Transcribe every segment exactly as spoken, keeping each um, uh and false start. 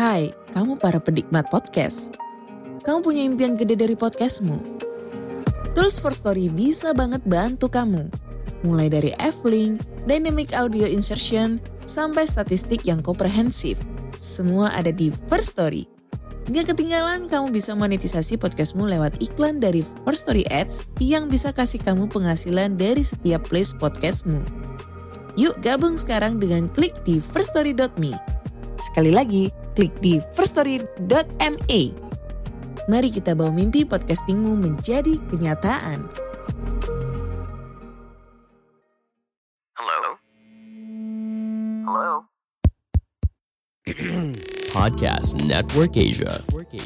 Hai, kamu para penikmat podcast. Kamu punya impian gede dari podcastmu? Terus First Story bisa banget bantu kamu. Mulai dari F-Link, Dynamic Audio Insertion, sampai statistik yang komprehensif. Semua ada di First Story. Gak ketinggalan kamu bisa monetisasi podcastmu lewat iklan dari First Story Ads yang bisa kasih kamu penghasilan dari setiap place podcastmu. Yuk gabung sekarang dengan klik di first story dot me. Sekali lagi, klik di first story dot me. Mari kita bawa mimpi podcastingmu menjadi kenyataan. Hello? Hello? Podcast Network Asia.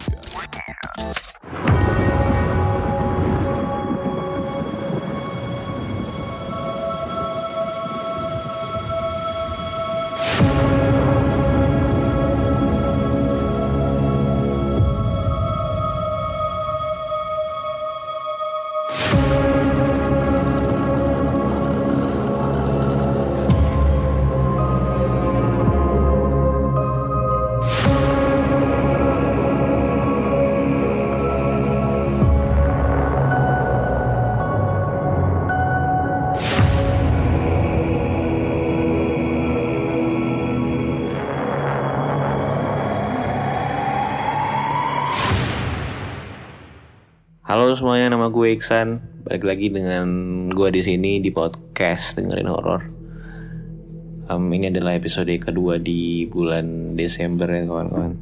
Halo semuanya, nama gue Iksan. Balik lagi dengan gue di sini di podcast dengerin horor. Um, ini adalah episode kedua di bulan Desember ya kawan-kawan.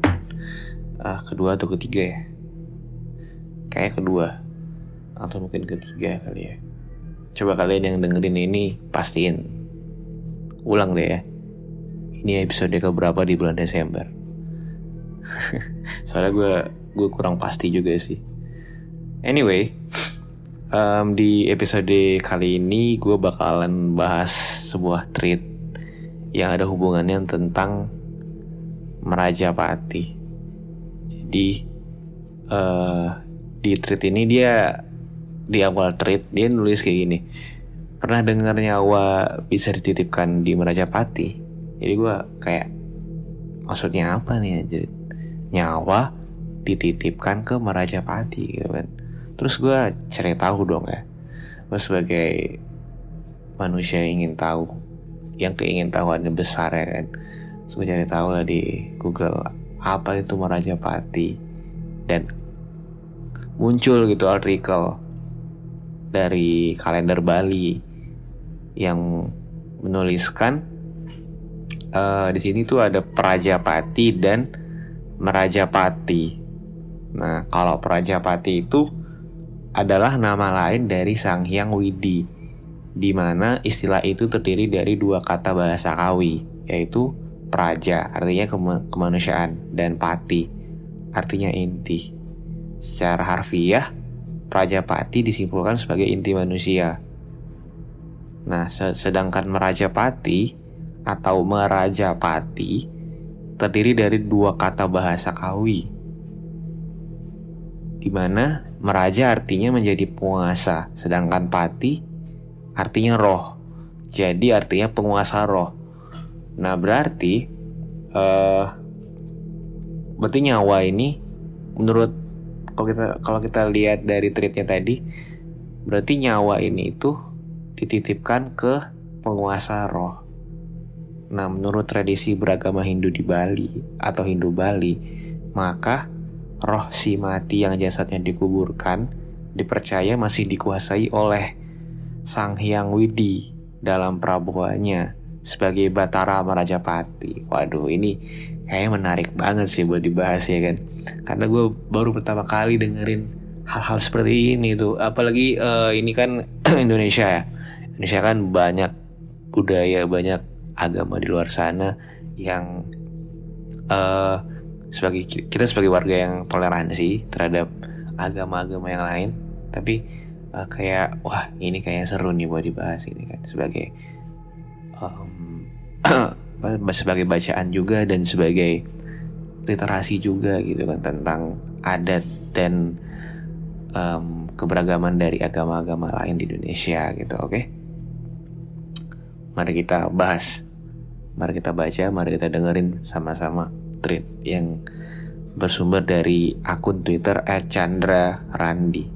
Ah, kedua atau ketiga ya? Kayak kedua atau mungkin ketiga kali ya. Coba kalian yang dengerin ini pastiin. Ulang deh ya. Ini episode keberapa di bulan Desember? Soalnya gue gue kurang pasti juga sih. Anyway, um, di episode kali ini gue bakalan bahas sebuah tweet yang ada hubungannya tentang Merajapati. Jadi uh, di tweet ini dia di awal tweet dia nulis kayak gini. Pernah dengar nyawa bisa dititipkan di Merajapati? Jadi gue kayak maksudnya apa nih? Jadi nyawa dititipkan ke Merajapati gitu kan. Terus gue cari tahu dong ya. Gue sebagai manusia yang ingin tahu, yang keingin tahuannya besar ya kan. Terus gue cari tahu lah di Google apa itu Merajapati. Dan muncul gitu artikel dari kalender Bali yang menuliskan uh, di sini tuh ada Prajapati dan Merajapati. Nah, kalau Prajapati itu adalah nama lain dari Sang Hyang Widi, di mana istilah itu terdiri dari dua kata bahasa Kawi, yaitu praja artinya kema- kemanusiaan dan pati artinya inti. Secara harfiah, Prajapati disimpulkan sebagai inti manusia. Nah, sedangkan Merajapati atau Merajapati terdiri dari dua kata bahasa Kawi, di mana meraja artinya menjadi penguasa, sedangkan pati artinya roh. Jadi artinya penguasa roh. Nah berarti uh, berarti nyawa ini menurut kalau kita kalau kita lihat dari tweetnya tadi, berarti nyawa ini itu dititipkan ke penguasa roh. Nah menurut tradisi beragama Hindu di Bali atau Hindu Bali, maka roh si mati yang jasadnya dikuburkan dipercaya masih dikuasai oleh Sang Hyang Widi dalam prabowannya sebagai Batara Merajapati. Waduh, ini kayaknya menarik banget sih buat dibahas ya kan. Karena gue baru pertama kali dengerin hal-hal seperti ini tuh. Apalagi uh, ini kan Indonesia ya. Indonesia kan banyak budaya, banyak agama di luar sana yang uh, sebagai kita sebagai warga yang toleransi terhadap agama-agama yang lain, tapi uh, kayak wah ini kayak seru nih buat dibahas ini kan sebagai um, sebagai bacaan juga dan sebagai literasi juga gitu kan tentang adat dan um, keberagaman dari agama-agama lain di Indonesia gitu. Oke, okay? Mari kita bahas, mari kita baca, mari kita dengerin sama-sama tweet yang bersumber dari akun Twitter et chandra randi.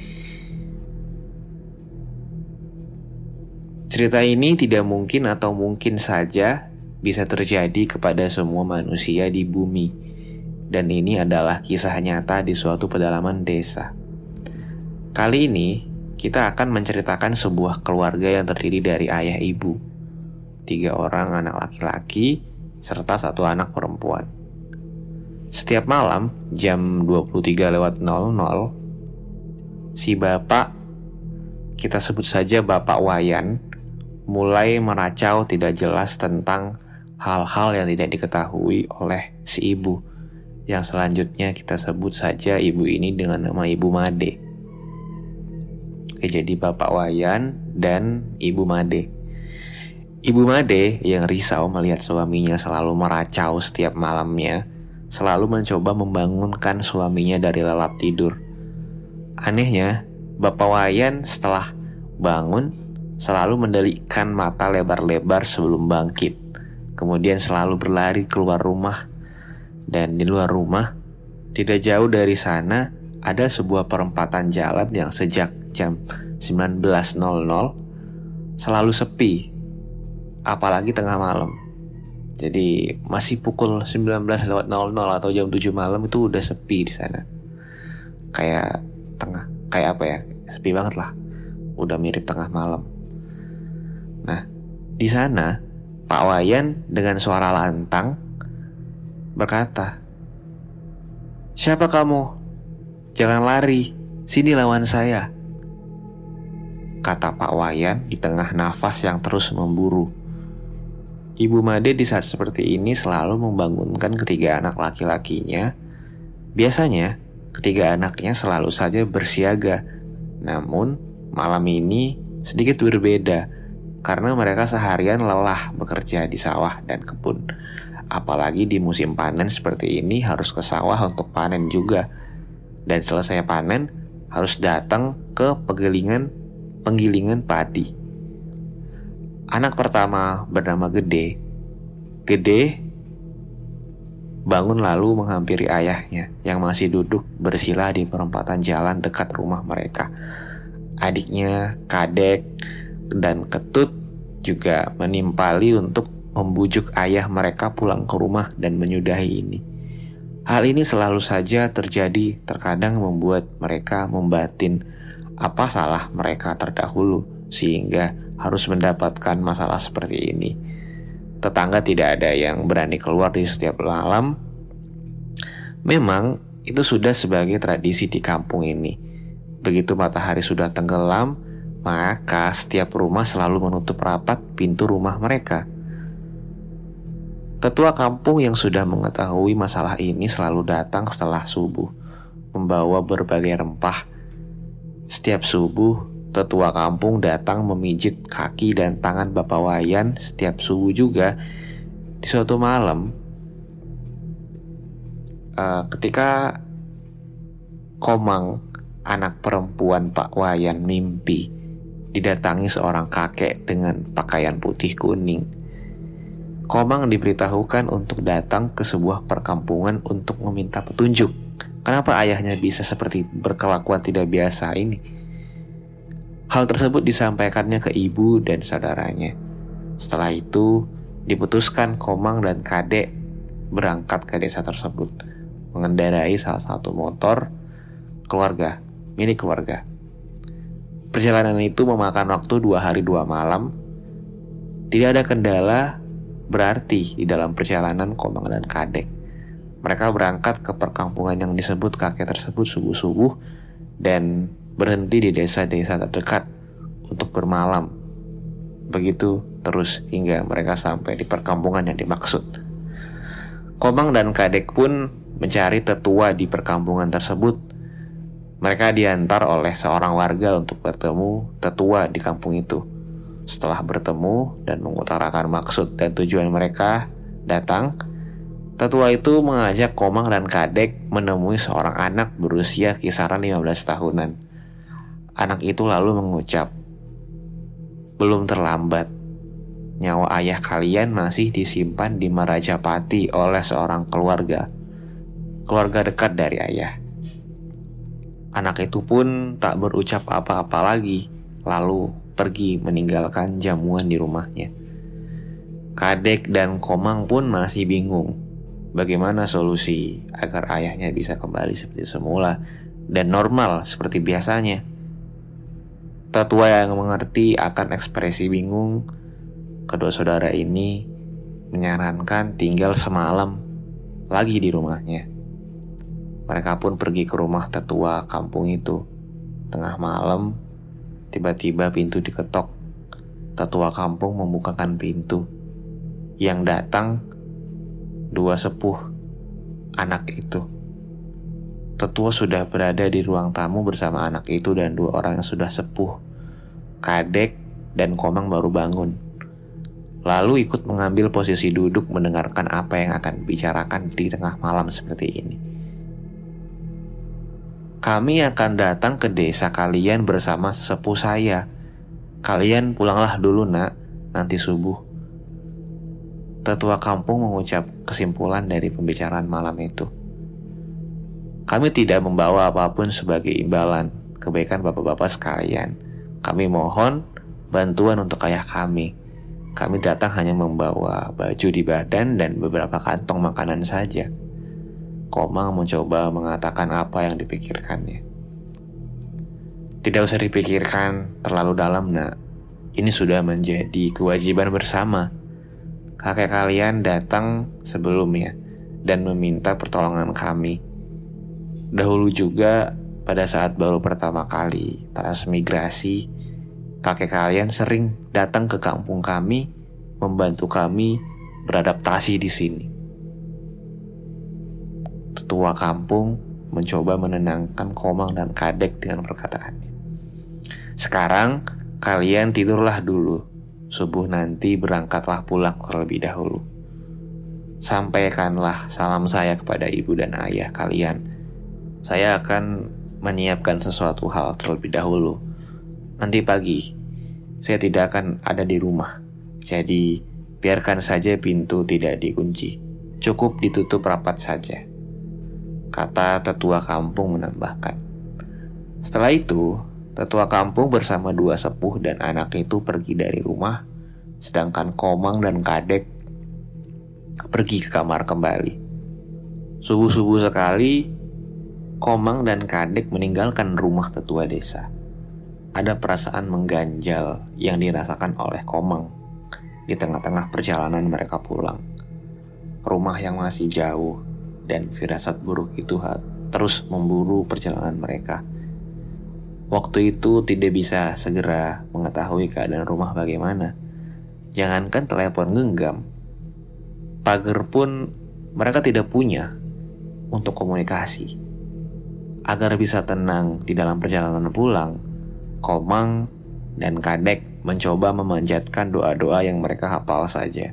Cerita ini tidak mungkin atau mungkin saja bisa terjadi kepada semua manusia di bumi. Dan ini adalah kisah nyata di suatu pedalaman desa. Kali ini kita akan menceritakan sebuah keluarga yang terdiri dari ayah ibu, tiga orang anak laki-laki, serta satu anak perempuan. Setiap malam jam dua puluh tiga lewat nol nol, si bapak, kita sebut saja Bapak Wayan, mulai meracau tidak jelas tentang hal-hal yang tidak diketahui oleh si ibu, yang selanjutnya kita sebut saja ibu ini dengan nama Ibu Made. Oke, jadi Bapak Wayan dan Ibu Made. Ibu Made yang risau melihat suaminya selalu meracau setiap malamnya, selalu mencoba membangunkan suaminya dari lelap tidur. Anehnya, Bapak Wayan setelah bangun selalu mendelikkan mata lebar-lebar sebelum bangkit. Kemudian selalu berlari keluar rumah. Dan di luar rumah, tidak jauh dari sana, ada sebuah perempatan jalan yang sejak jam sembilan belas nol nol selalu sepi, apalagi tengah malam. Jadi masih pukul sembilan belas lewat nol nol atau jam tujuh malam itu udah sepi di sana. Kayak tengah, kayak apa ya? Sepi banget lah. Udah mirip tengah malam. Nah, di sana Pak Wayan dengan suara lantang berkata, "Siapa kamu? Jangan lari, sini lawan saya," kata Pak Wayan di tengah nafas yang terus memburu. Ibu Made di saat seperti ini selalu membangunkan ketiga anak laki-lakinya. Biasanya ketiga anaknya selalu saja bersiaga. Namun malam ini sedikit berbeda karena mereka seharian lelah bekerja di sawah dan kebun. Apalagi di musim panen seperti ini harus ke sawah untuk panen juga. Dan selesai panen harus datang ke penggilingan penggilingan padi. Anak pertama bernama Gede. Gede bangun lalu menghampiri ayahnya yang masih duduk bersila di perempatan jalan dekat rumah mereka. Adiknya Kadek dan Ketut juga menimpali untuk membujuk ayah mereka pulang ke rumah dan menyudahi ini. Hal ini selalu saja terjadi, terkadang membuat mereka membatin apa salah mereka terdahulu sehingga harus mendapatkan masalah seperti ini. Tetangga tidak ada yang berani keluar di setiap malam. Memang itu sudah sebagai tradisi di kampung ini. Begitu matahari sudah tenggelam, maka setiap rumah selalu menutup rapat pintu rumah mereka. Tetua kampung yang sudah mengetahui masalah ini selalu datang setelah subuh, membawa berbagai rempah. Setiap subuh, tetua kampung datang memijit kaki dan tangan Bapak Wayan setiap subuh juga. Di suatu malam, uh, ketika Komang, anak perempuan Pak Wayan, mimpi didatangi seorang kakek dengan pakaian putih kuning. Komang diberitahukan untuk datang ke sebuah perkampungan untuk meminta petunjuk. Kenapa ayahnya bisa seperti berkelakuan tidak biasa ini? Hal tersebut disampaikannya ke ibu dan saudaranya. Setelah itu, diputuskan Komang dan Kadek berangkat ke desa tersebut, mengendarai salah satu motor keluarga, milik keluarga. Perjalanan itu memakan waktu dua hari dua malam. Tidak ada kendala berarti di dalam perjalanan Komang dan Kadek. Mereka berangkat ke perkampungan yang disebut kakek tersebut subuh-subuh dan berhenti di desa-desa terdekat untuk bermalam. Begitu terus hingga mereka sampai di perkampungan yang dimaksud. Komang dan Kadek pun mencari tetua di perkampungan tersebut. Mereka diantar oleh seorang warga untuk bertemu tetua di kampung itu. Setelah bertemu dan mengutarakan maksud dan tujuan mereka datang, tetua itu mengajak Komang dan Kadek menemui seorang anak berusia kisaran lima belas tahunan. Anak itu lalu mengucap, "Belum terlambat. nyawa ayah kalian masih disimpan di Marajapati oleh seorang keluarga, keluarga dekat dari ayah. Anak itu pun tak berucap apa-apa lagi, lalu pergi meninggalkan jamuan di rumahnya. Kadek dan Komang pun masih bingung bagaimana solusi agar ayahnya bisa kembali seperti semula dan normal seperti biasanya. Tetua yang mengerti akan ekspresi bingung kedua saudara ini menyarankan tinggal semalam lagi di rumahnya. Mereka pun pergi ke rumah tetua kampung itu. Tengah malam, tiba-tiba pintu diketok. Tetua kampung membukakan pintu. Yang datang dua sepuh anak itu. Tetua sudah berada di ruang tamu bersama anak itu dan dua orang yang sudah sepuh. Kadek dan Komang baru bangun. Lalu ikut mengambil posisi duduk mendengarkan apa yang akan dibicarakan di tengah malam seperti ini. Kami akan datang ke desa kalian bersama sesepuh saya. Kalian pulanglah dulu nak, nanti subuh. Tetua kampung mengucap kesimpulan dari pembicaraan malam itu. Kami tidak membawa apapun sebagai imbalan kebaikan bapak-bapak sekalian. Kami mohon bantuan untuk ayah kami. Kami datang hanya membawa baju di badan dan beberapa kantong makanan saja. Komang mencoba mengatakan apa yang dipikirkannya. Tidak usah dipikirkan terlalu dalam nak. Ini sudah menjadi kewajiban bersama. Kakek kalian datang sebelumnya dan meminta pertolongan kami. Dahulu juga pada saat baru pertama kali transmigrasi, kakek kalian sering datang ke kampung kami, membantu kami beradaptasi di sini. Tetua kampung mencoba menenangkan Komang dan Kadek dengan perkataannya. Sekarang kalian tidurlah dulu. Subuh nanti berangkatlah pulang terlebih dahulu. Sampaikanlah salam saya kepada ibu dan ayah kalian. Saya akan menyiapkan sesuatu hal terlebih dahulu. Nanti pagi saya tidak akan ada di rumah. Jadi biarkan saja pintu tidak dikunci. Cukup ditutup rapat saja, kata tetua kampung menambahkan. Setelah itu, tetua kampung bersama dua sepuh dan anak itu pergi dari rumah, sedangkan Komang dan Kadek pergi ke kamar kembali. Subuh-subuh sekali, Komang dan Kadek meninggalkan rumah tetua desa. Ada perasaan mengganjal yang dirasakan oleh Komang di tengah-tengah perjalanan mereka pulang. Rumah yang masih jauh dan firasat buruk itu terus memburu perjalanan mereka. Waktu itu tidak bisa segera mengetahui keadaan rumah bagaimana. Jangankan telepon genggam, pagar pun mereka tidak punya untuk komunikasi. Agar bisa tenang di dalam perjalanan pulang, Komang dan Kadek mencoba memanjatkan doa-doa yang mereka hafal saja.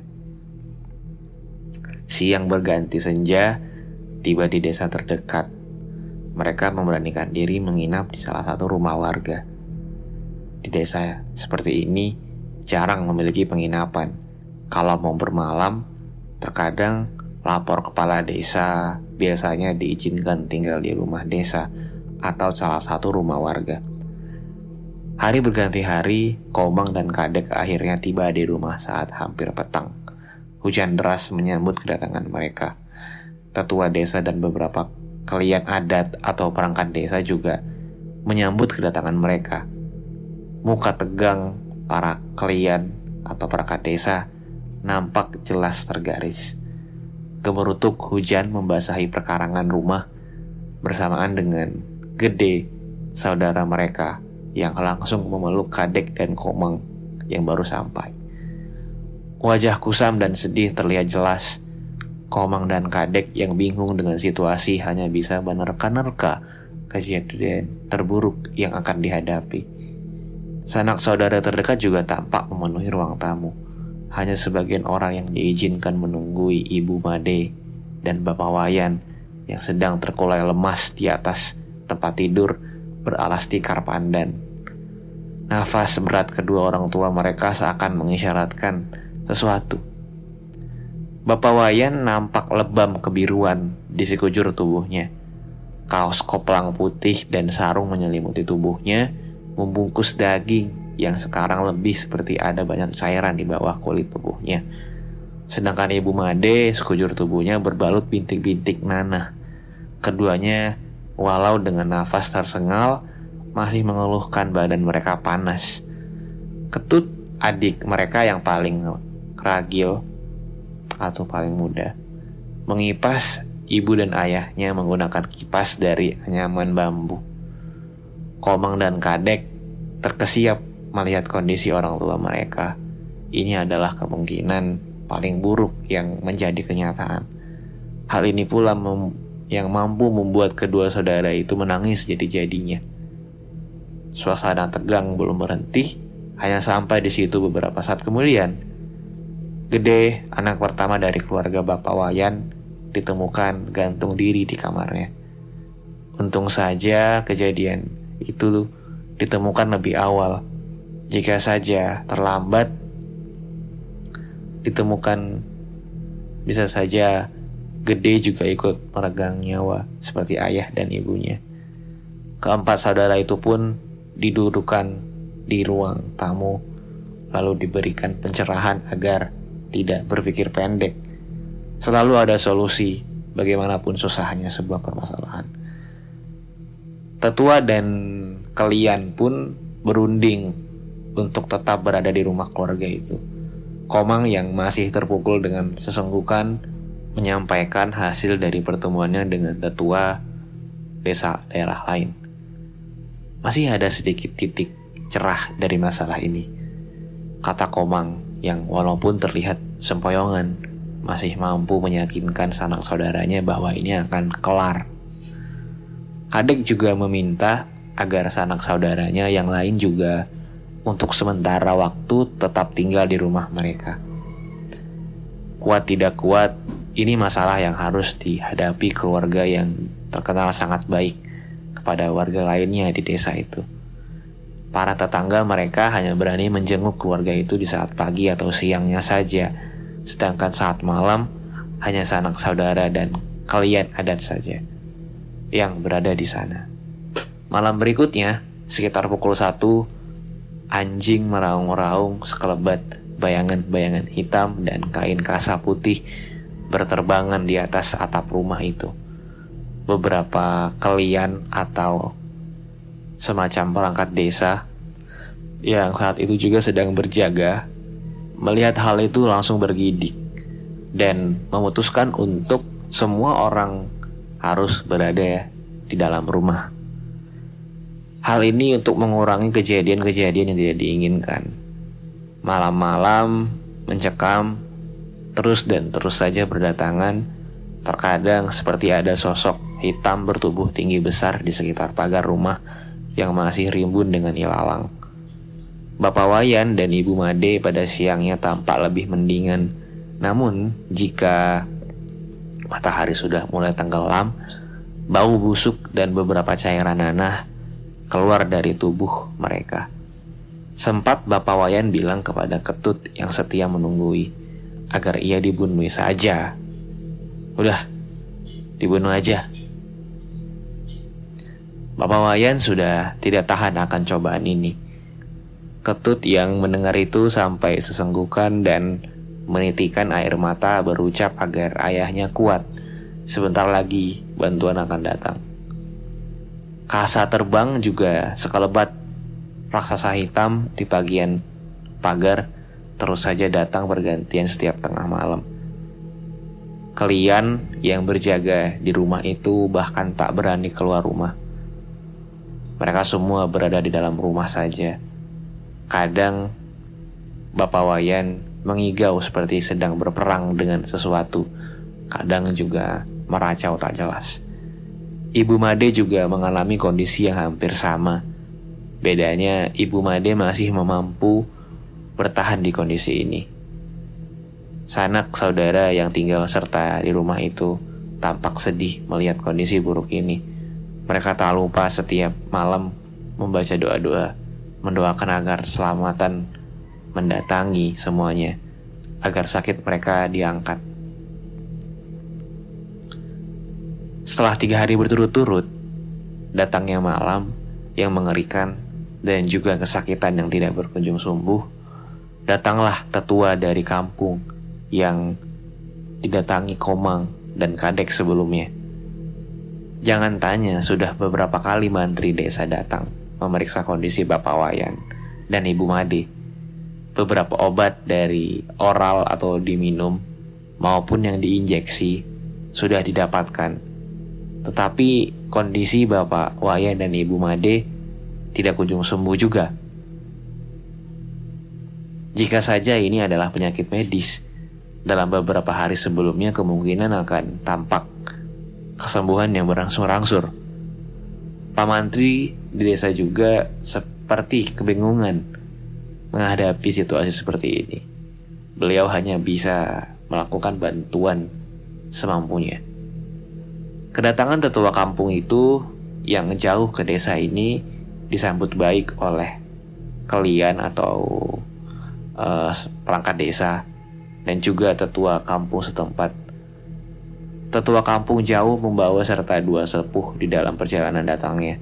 Siang berganti senja, tiba di desa terdekat. Mereka memberanikan diri menginap di salah satu rumah warga. Di desa seperti ini jarang memiliki penginapan. Kalau mau bermalam, terkadang lapor kepala desa biasanya diizinkan tinggal di rumah desa atau salah satu rumah warga. Hari berganti hari, Komang dan Kadek akhirnya tiba di rumah saat hampir petang. Hujan deras menyambut kedatangan mereka. Tetua desa dan beberapa kalian adat atau perangkat desa juga menyambut kedatangan mereka. Muka tegang para kalian atau perangkat desa nampak jelas tergaris. Gemerutuk hujan membasahi perkarangan rumah bersamaan dengan Gede, saudara mereka, yang langsung memeluk Kadek dan Komang yang baru sampai. Wajah kusam dan sedih terlihat jelas. Komang dan Kadek yang bingung dengan situasi hanya bisa menerka-nerka kejadian terburuk yang akan dihadapi. Sanak saudara terdekat juga tampak memenuhi ruang tamu. Hanya sebagian orang yang diizinkan menunggui Ibu Made dan Bapak Wayan yang sedang terkulai lemas di atas tempat tidur beralas tikar pandan. Nafas berat kedua orang tua mereka seakan mengisyaratkan sesuatu. Bapak Wayan nampak lebam kebiruan di sekujur tubuhnya. Kaos koplang putih dan sarung menyelimuti tubuhnya, membungkus daging yang sekarang lebih seperti ada banyak cairan di bawah kulit tubuhnya. Sedangkan Ibu Made, sekujur tubuhnya berbalut bintik-bintik nanah. Keduanya, walau dengan nafas tersengal, masih mengeluhkan badan mereka panas. Ketut, adik mereka yang paling ragil atau paling muda, mengipas ibu dan ayahnya menggunakan kipas dari anyaman bambu. Komang dan Kadek terkesiap melihat kondisi orang tua mereka. Ini adalah kemungkinan paling buruk yang menjadi kenyataan. Hal ini pula mem- yang mampu membuat kedua saudara itu menangis jadi-jadinya. Suasana tegang belum berhenti, hanya sampai di situ beberapa saat kemudian. Gede, anak pertama dari keluarga Bapak Wayan, ditemukan gantung diri di kamarnya. Untung saja kejadian itu ditemukan lebih awal. Jika saja terlambat ditemukan, bisa saja Gede juga ikut meregang nyawa seperti ayah dan ibunya. Keempat saudara itu pun didudukan di ruang tamu, lalu diberikan pencerahan agar tidak berpikir pendek. Selalu ada solusi bagaimanapun susahnya sebuah permasalahan. Tetua dan kalian pun berunding untuk tetap berada di rumah keluarga itu. Komang yang masih terpukul dengan sesenggukan menyampaikan hasil dari pertemuannya dengan tetua desa daerah lain. Masih ada sedikit titik cerah dari masalah ini, kata Komang yang walaupun terlihat sempoyongan masih mampu meyakinkan sanak saudaranya bahwa ini akan kelar. Kadek juga meminta agar sanak saudaranya yang lain juga untuk sementara waktu tetap tinggal di rumah mereka. Kuat tidak kuat, ini masalah yang harus dihadapi keluarga yang terkenal sangat baik kepada warga lainnya di desa itu. Para tetangga mereka hanya berani menjenguk keluarga itu di saat pagi atau siangnya saja, sedangkan saat malam hanya sanak saudara dan kalian adat saja yang berada di sana. Malam berikutnya, sekitar pukul satu, anjing meraung-raung sekelebat bayangan-bayangan hitam dan kain kasa putih berterbangan di atas atap rumah itu. Beberapa kalian atau semacam perangkat desa yang saat itu juga sedang berjaga melihat hal itu langsung bergidik dan memutuskan untuk semua orang harus berada di dalam rumah. Hal ini untuk mengurangi kejadian-kejadian yang tidak diinginkan. Malam-malam mencekam terus dan terus saja berdatangan. Terkadang seperti ada sosok hitam bertubuh tinggi besar di sekitar pagar rumah yang masih rimbun dengan ilalang. Bapak Wayan dan Ibu Made pada siangnya tampak lebih mendingan. Namun jika matahari sudah mulai tenggelam, bau busuk dan beberapa cairan nanah keluar dari tubuh mereka. Sempat Bapak Wayan bilang kepada Ketut yang setia menunggui agar ia dibunuh saja. Udah, dibunuh aja. Bapak Wayan sudah tidak tahan akan cobaan ini. Ketut yang mendengar itu sampai sesenggukan dan menitikan air mata berucap agar ayahnya kuat. Sebentar lagi bantuan akan datang. Kasa terbang juga sekelebat raksasa hitam di bagian pagar terus saja datang bergantian setiap tengah malam. Kalian yang berjaga di rumah itu bahkan tak berani keluar rumah. Mereka semua berada di dalam rumah saja. Kadang Bapak Wayan mengigau seperti sedang berperang dengan sesuatu. Kadang juga meracau tak jelas. Ibu Made juga mengalami kondisi yang hampir sama. Bedanya Ibu Made masih mampu bertahan di kondisi ini. Sanak saudara yang tinggal serta di rumah itu tampak sedih melihat kondisi buruk ini. Mereka tak lupa setiap malam membaca doa-doa, mendoakan agar keselamatan mendatangi semuanya, agar sakit mereka diangkat. Setelah tiga hari berturut-turut, datangnya malam yang mengerikan dan juga kesakitan yang tidak berkunjung sembuh, datanglah tetua dari kampung yang didatangi Komang dan Kadek sebelumnya. Jangan tanya, sudah beberapa kali mantri desa datang memeriksa kondisi Bapak Wayan dan Ibu Made. Beberapa obat dari oral atau diminum maupun yang diinjeksi sudah didapatkan. Tetapi kondisi Bapak Wayan dan Ibu Made tidak kunjung sembuh juga. Jika saja ini adalah penyakit medis, dalam beberapa hari sebelumnya kemungkinan akan tampak kesembuhan yang berangsur-angsur. Pak Mantri di desa juga seperti kebingungan menghadapi situasi seperti ini. Beliau hanya bisa melakukan bantuan semampunya. Kedatangan tetua kampung itu yang jauh ke desa ini disambut baik oleh kalian atau uh, perangkat desa dan juga tetua kampung setempat. Tetua kampung jauh membawa serta dua sepuh di dalam perjalanan datangnya.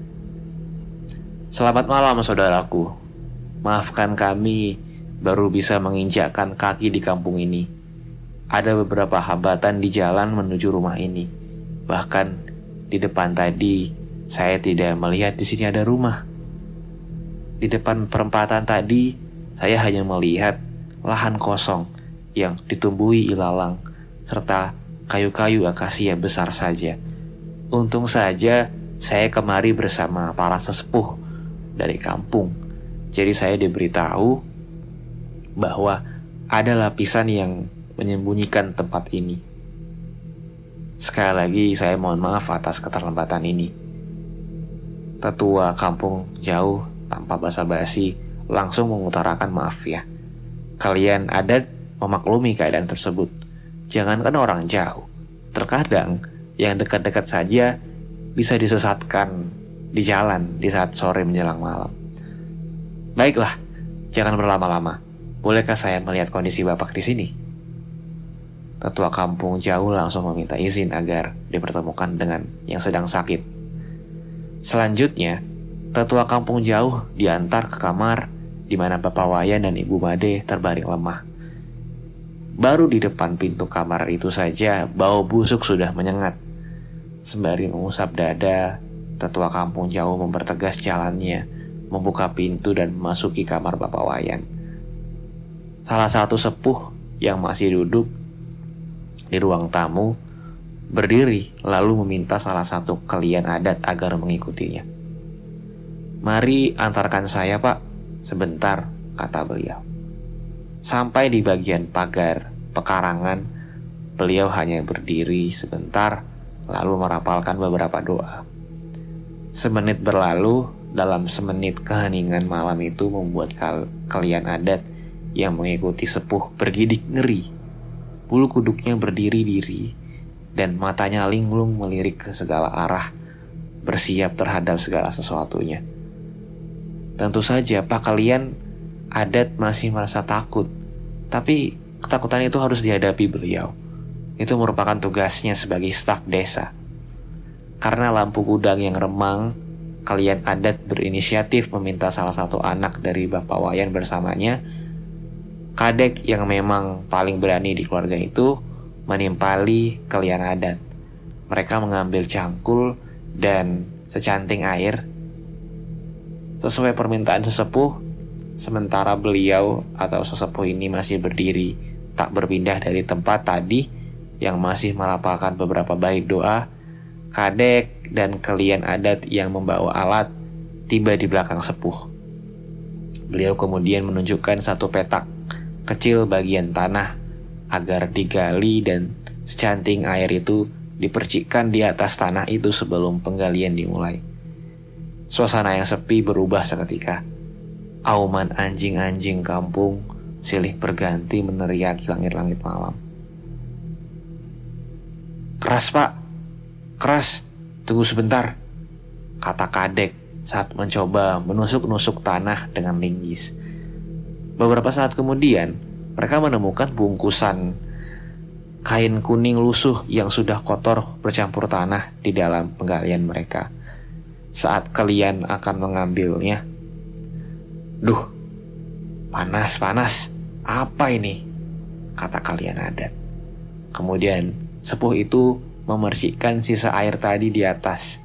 Selamat malam saudaraku. Maafkan kami baru bisa menginjakkan kaki di kampung ini. Ada beberapa hambatan di jalan menuju rumah ini. Bahkan di depan tadi saya tidak melihat di sini ada rumah. Di depan perempatan tadi saya hanya melihat lahan kosong yang ditumbuhi ilalang serta kayu-kayu akasia besar saja. Untung saja saya kemari bersama para sesepuh dari kampung. Jadi saya diberitahu bahwa ada lapisan yang menyembunyikan tempat ini. Sekali lagi saya mohon maaf atas keterlambatan ini. Tetua kampung jauh tanpa basa-basi langsung mengutarakan maaf ya. Kalian adat memaklumi keadaan tersebut. Jangankan orang jauh, terkadang yang dekat-dekat saja bisa disesatkan di jalan di saat sore menjelang malam. Baiklah, jangan berlama-lama. Bolehkah saya melihat kondisi Bapak di sini? Tetua kampung jauh langsung meminta izin agar dipertemukan dengan yang sedang sakit. Selanjutnya, tetua kampung jauh diantar ke kamar di mana Bapak Wayan dan Ibu Made terbaring lemah. Baru di depan pintu kamar itu saja bau busuk sudah menyengat. Sembari mengusap dada, tetua kampung jauh mempertegas jalannya, membuka pintu dan memasuki kamar Bapak Wayan. Salah satu sepuh yang masih duduk di ruang tamu berdiri lalu meminta salah satu kalian adat agar mengikutinya. Mari antarkan saya pak, sebentar, kata beliau. Sampai di bagian pagar pekarangan, beliau hanya berdiri sebentar lalu merapalkan beberapa doa. Semenit berlalu, dalam semenit keheningan malam itu membuat kal- kalian adat yang mengikuti sepuh bergidik ngeri. Bulu kuduknya berdiri-diri dan matanya linglung melirik ke segala arah, bersiap terhadap segala sesuatunya. Tentu saja pak kalian adat masih merasa takut, tapi ketakutan itu harus dihadapi beliau. Itu merupakan tugasnya sebagai staf desa. Karena lampu gudang yang remang, kalian adat berinisiatif meminta salah satu anak dari Bapak Wayan bersamanya, Kadek yang memang paling berani di keluarga itu, menimpali kalian adat. Mereka mengambil cangkul dan secanting air sesuai permintaan sesepuh. Sementara beliau atau sesepuh ini masih berdiri, tak berpindah dari tempat tadi yang masih merapalkan beberapa bait doa. Kadek dan kalian adat yang membawa alat tiba di belakang sepuh. Beliau kemudian menunjukkan satu petak kecil bagian tanah agar digali dan secanting air itu dipercikkan di atas tanah itu sebelum penggalian dimulai. Suasana yang sepi berubah seketika. Auman anjing-anjing kampung silih berganti meneriaki langit-langit malam. Keras pak, keras, tunggu sebentar, kata Kadek saat mencoba menusuk-nusuk tanah dengan linggis. Beberapa saat kemudian, mereka menemukan bungkusan kain kuning lusuh yang sudah kotor bercampur tanah di dalam penggalian mereka. Saat kalian akan mengambilnya, "Duh, panas, panas, apa ini?" kata kalian adat. Kemudian sepuh itu memercikkan sisa air tadi di atas.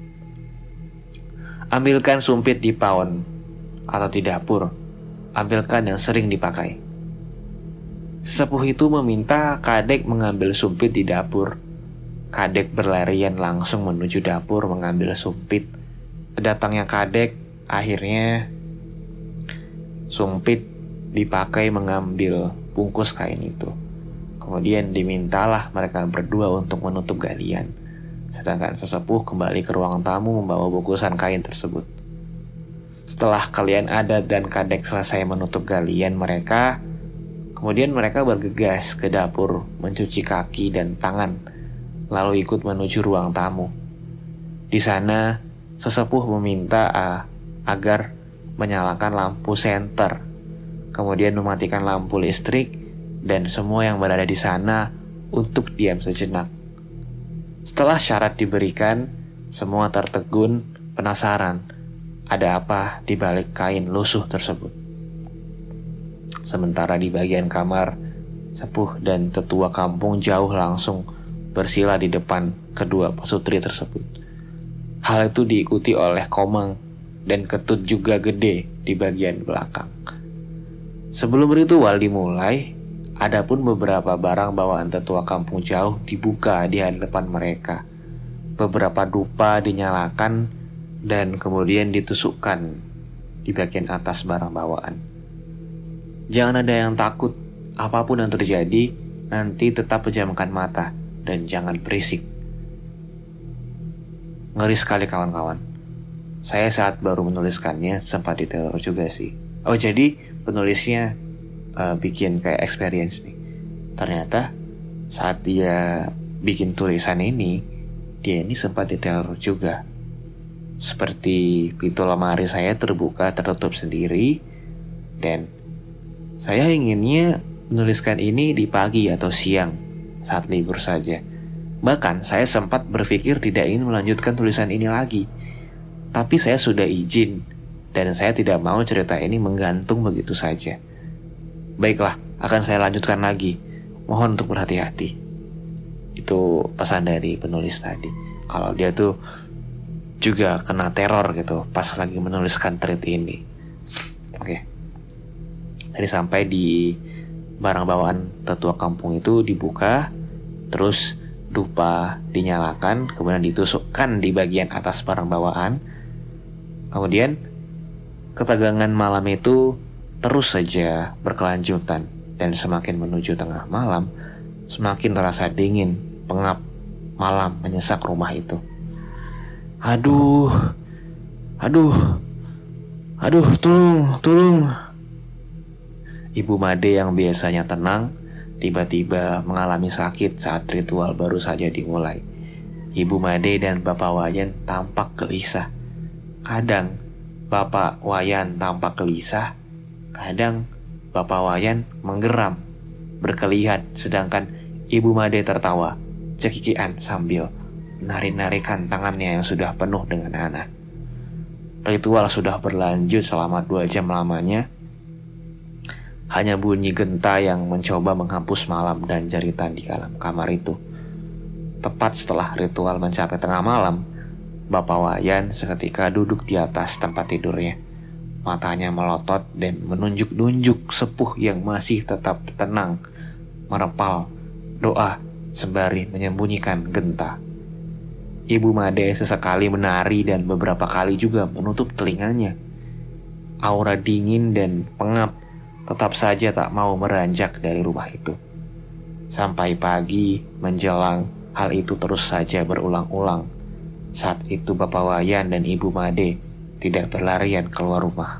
"Ambilkan sumpit di paon atau di dapur, ambilkan yang sering dipakai." Sepuh itu meminta Kadek mengambil sumpit di dapur. Kadek berlarian langsung menuju dapur mengambil sumpit. Kedatangnya Kadek, akhirnya sumpit dipakai mengambil bungkus kain itu. Kemudian dimintalah mereka berdua untuk menutup galian. Sedangkan sesepuh kembali ke ruang tamu membawa bungkusan kain tersebut. Setelah kalian adat dan Kadek selesai menutup galian mereka, kemudian mereka bergegas ke dapur mencuci kaki dan tangan, lalu ikut menuju ruang tamu. Di sana, sesepuh meminta uh, agar menyalakan lampu senter, kemudian mematikan lampu listrik, dan semua yang berada di sana untuk diam sejenak. Setelah syarat diberikan, semua tertegun, penasaran ada apa di balik kain lusuh tersebut. Sementara di bagian kamar, sepuh dan tetua kampung jauh langsung bersila di depan kedua pasutri tersebut. Hal itu diikuti oleh Komang dan Ketut juga gede di bagian belakang. Sebelum ritual dimulai, adapun beberapa barang bawaan tetua kampung jauh dibuka di hadapan mereka. Beberapa dupa dinyalakan dan kemudian ditusukkan di bagian atas barang bawaan. Jangan ada yang takut, apapun yang terjadi, nanti tetap pejamkan mata dan jangan berisik. Ngeri sekali kawan-kawan. Saya saat baru menuliskannya sempat diteror juga sih. Oh jadi penulisnya Uh, bikin kayak experience nih. Ternyata saat dia bikin tulisan ini, dia ini sempat diteror juga. Seperti pintu lemari saya terbuka tertutup sendiri, dan saya inginnya menuliskan ini di pagi atau siang saat libur saja. Bahkan saya sempat berpikir tidak ingin melanjutkan tulisan ini lagi, tapi saya sudah izin dan saya tidak mau cerita ini menggantung begitu saja. Baiklah, akan saya lanjutkan lagi. Mohon untuk berhati-hati. Itu pesan dari penulis tadi. Kalau dia tuh juga kena teror gitu pas lagi menuliskan thread ini. Oke. Tadi sampai di barang bawaan tetua kampung itu dibuka, terus dupa dinyalakan, kemudian ditusukkan di bagian atas barang bawaan. Kemudian ketegangan malam itu terus saja berkelanjutan, dan semakin menuju tengah malam, semakin terasa dingin, pengap, malam menyesak rumah itu. Aduh, aduh, aduh, tolong, tolong. Ibu Made yang biasanya tenang, tiba-tiba mengalami sakit saat ritual baru saja dimulai. Ibu Made dan Bapak Wayan tampak gelisah. Kadang Bapak Wayan tampak gelisah, kadang Bapak Wayan menggeram, berkelihat, sedangkan Ibu Made tertawa, cekikian sambil menarik-narikan tangannya yang sudah penuh dengan nanah. Ritual sudah berlanjut selama dua jam lamanya. Hanya bunyi genta yang mencoba menghapus malam dan jeritan di dalam kamar itu. Tepat setelah ritual mencapai tengah malam, Bapak Wayan seketika duduk di atas tempat tidurnya. Matanya melotot dan menunjuk-nunjuk sepuh yang masih tetap tenang, merepal doa sembari menyembunyikan genta. Ibu Made sesekali menari dan beberapa kali juga menutup telinganya. Aura dingin dan pengap tetap saja tak mau beranjak dari rumah itu. Sampai pagi menjelang, hal itu terus saja berulang-ulang. Saat itu Bapak Wayan dan Ibu Made tidak berlarian keluar rumah.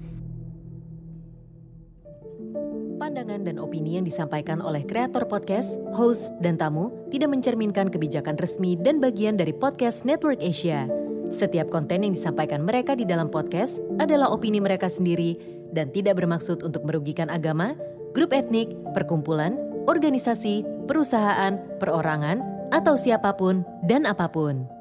Pandangan dan opini yang disampaikan oleh kreator podcast, host, dan tamu tidak mencerminkan kebijakan resmi dan bagian dari Podcast Network Asia. Setiap konten yang disampaikan mereka di dalam podcast adalah opini mereka sendiri dan tidak bermaksud untuk merugikan agama, grup etnik, perkumpulan, organisasi, perusahaan, perorangan, atau siapapun dan apapun.